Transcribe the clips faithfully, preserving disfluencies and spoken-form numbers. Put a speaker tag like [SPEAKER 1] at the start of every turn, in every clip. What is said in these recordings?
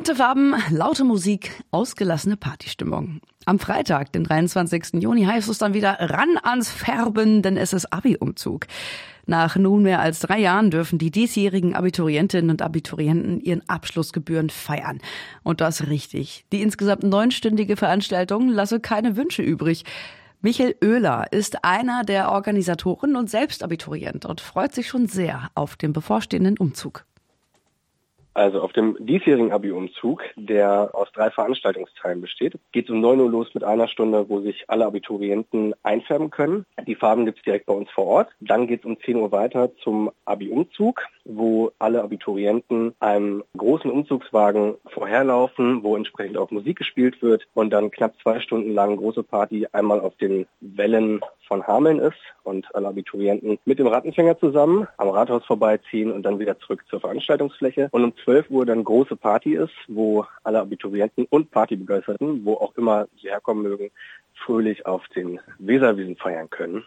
[SPEAKER 1] Bunte Farben, laute Musik, ausgelassene Partystimmung. Am Freitag, den dreiundzwanzigsten Juni, heißt es dann wieder ran ans Färben, denn es ist Abi-Umzug. Nach nunmehr als drei Jahren dürfen die diesjährigen Abiturientinnen und Abiturienten ihren Abschlussgebühren feiern. Und das richtig. Die insgesamt neunstündige Veranstaltung lasse keine Wünsche übrig. Michael Oehler ist einer der Organisatoren und selbst Abiturient und freut sich schon sehr auf den bevorstehenden Umzug.
[SPEAKER 2] Also auf dem diesjährigen Abi-Umzug, der aus drei Veranstaltungsteilen besteht, geht es um neun Uhr los mit einer Stunde, wo sich alle Abiturienten einfärben können. Die Farben gibt es direkt bei uns vor Ort. Dann geht es um zehn Uhr weiter zum Abi-Umzug, wo alle Abiturienten einem großen Umzugswagen vorherlaufen, wo entsprechend auch Musik gespielt wird und dann knapp zwei Stunden lang große Party einmal auf den Wällen von Hameln ist und alle Abiturienten mit dem Rattenfänger zusammen am Rathaus vorbeiziehen und dann wieder zurück zur Veranstaltungsfläche. Und um zwölf Uhr dann große Party ist, wo alle Abiturienten und Partybegeisterten, wo auch immer sie herkommen mögen, fröhlich auf den Weserwiesen feiern können.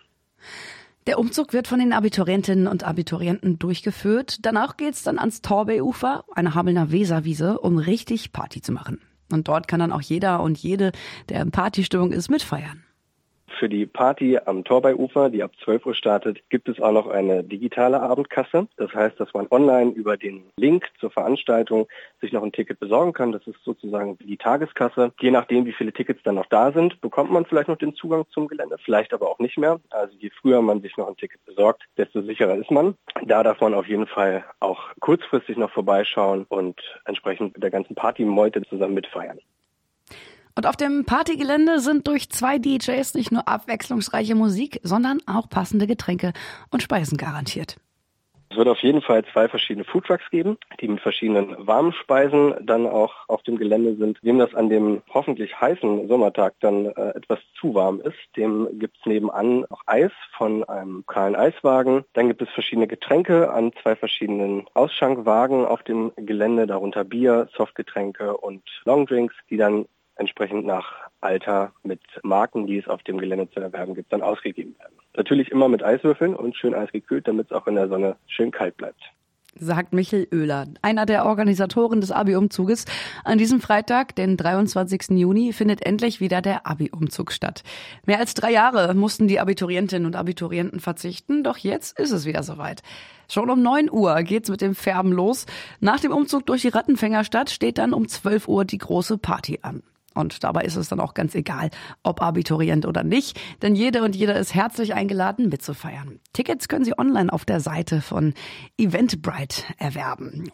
[SPEAKER 1] Der Umzug wird von den Abiturientinnen und Abiturienten durchgeführt. Danach geht's dann ans Torbay-Ufer, eine Hamelner Weserwiese, um richtig Party zu machen. Und dort kann dann auch jeder und jede, der in Partystimmung ist, mitfeiern.
[SPEAKER 2] Für die Party am Torbay-Ufer, die ab zwölf Uhr startet, gibt es auch noch eine digitale Abendkasse. Das heißt, dass man online über den Link zur Veranstaltung sich noch ein Ticket besorgen kann. Das ist sozusagen die Tageskasse. Je nachdem, wie viele Tickets dann noch da sind, bekommt man vielleicht noch den Zugang zum Gelände, vielleicht aber auch nicht mehr. Also je früher man sich noch ein Ticket besorgt, desto sicherer ist man. Da darf man auf jeden Fall auch kurzfristig noch vorbeischauen und entsprechend mit der ganzen Partymeute zusammen mitfeiern.
[SPEAKER 1] Und auf dem Partygelände sind durch zwei D Js nicht nur abwechslungsreiche Musik, sondern auch passende Getränke und Speisen garantiert.
[SPEAKER 2] Es wird auf jeden Fall zwei verschiedene Foodtrucks geben, die mit verschiedenen warmen Speisen dann auch auf dem Gelände sind. Wem das an dem hoffentlich heißen Sommertag dann äh, etwas zu warm ist, dem gibt es nebenan auch Eis von einem lokalen Eiswagen. Dann gibt es verschiedene Getränke an zwei verschiedenen Ausschankwagen auf dem Gelände, darunter Bier, Softgetränke und Longdrinks, die dann entsprechend nach Alter mit Marken, die es auf dem Gelände zu erwerben gibt, dann ausgegeben werden. Natürlich immer mit Eiswürfeln und schön eisgekühlt, damit es auch in der Sonne schön kalt bleibt.
[SPEAKER 1] Sagt Michael Oehler, einer der Organisatoren des Abi-Umzuges. An diesem Freitag, den dreiundzwanzigsten Juni, findet endlich wieder der Abi-Umzug statt. Mehr als drei Jahre mussten die Abiturientinnen und Abiturienten verzichten, doch jetzt ist es wieder soweit. Schon um neun Uhr geht's mit dem Färben los. Nach dem Umzug durch die Rattenfängerstadt steht dann um zwölf Uhr die große Party an. Und dabei ist es dann auch ganz egal, ob Abiturient oder nicht, denn jede und jeder ist herzlich eingeladen, mitzufeiern. Tickets können Sie online auf der Seite von Eventbrite erwerben.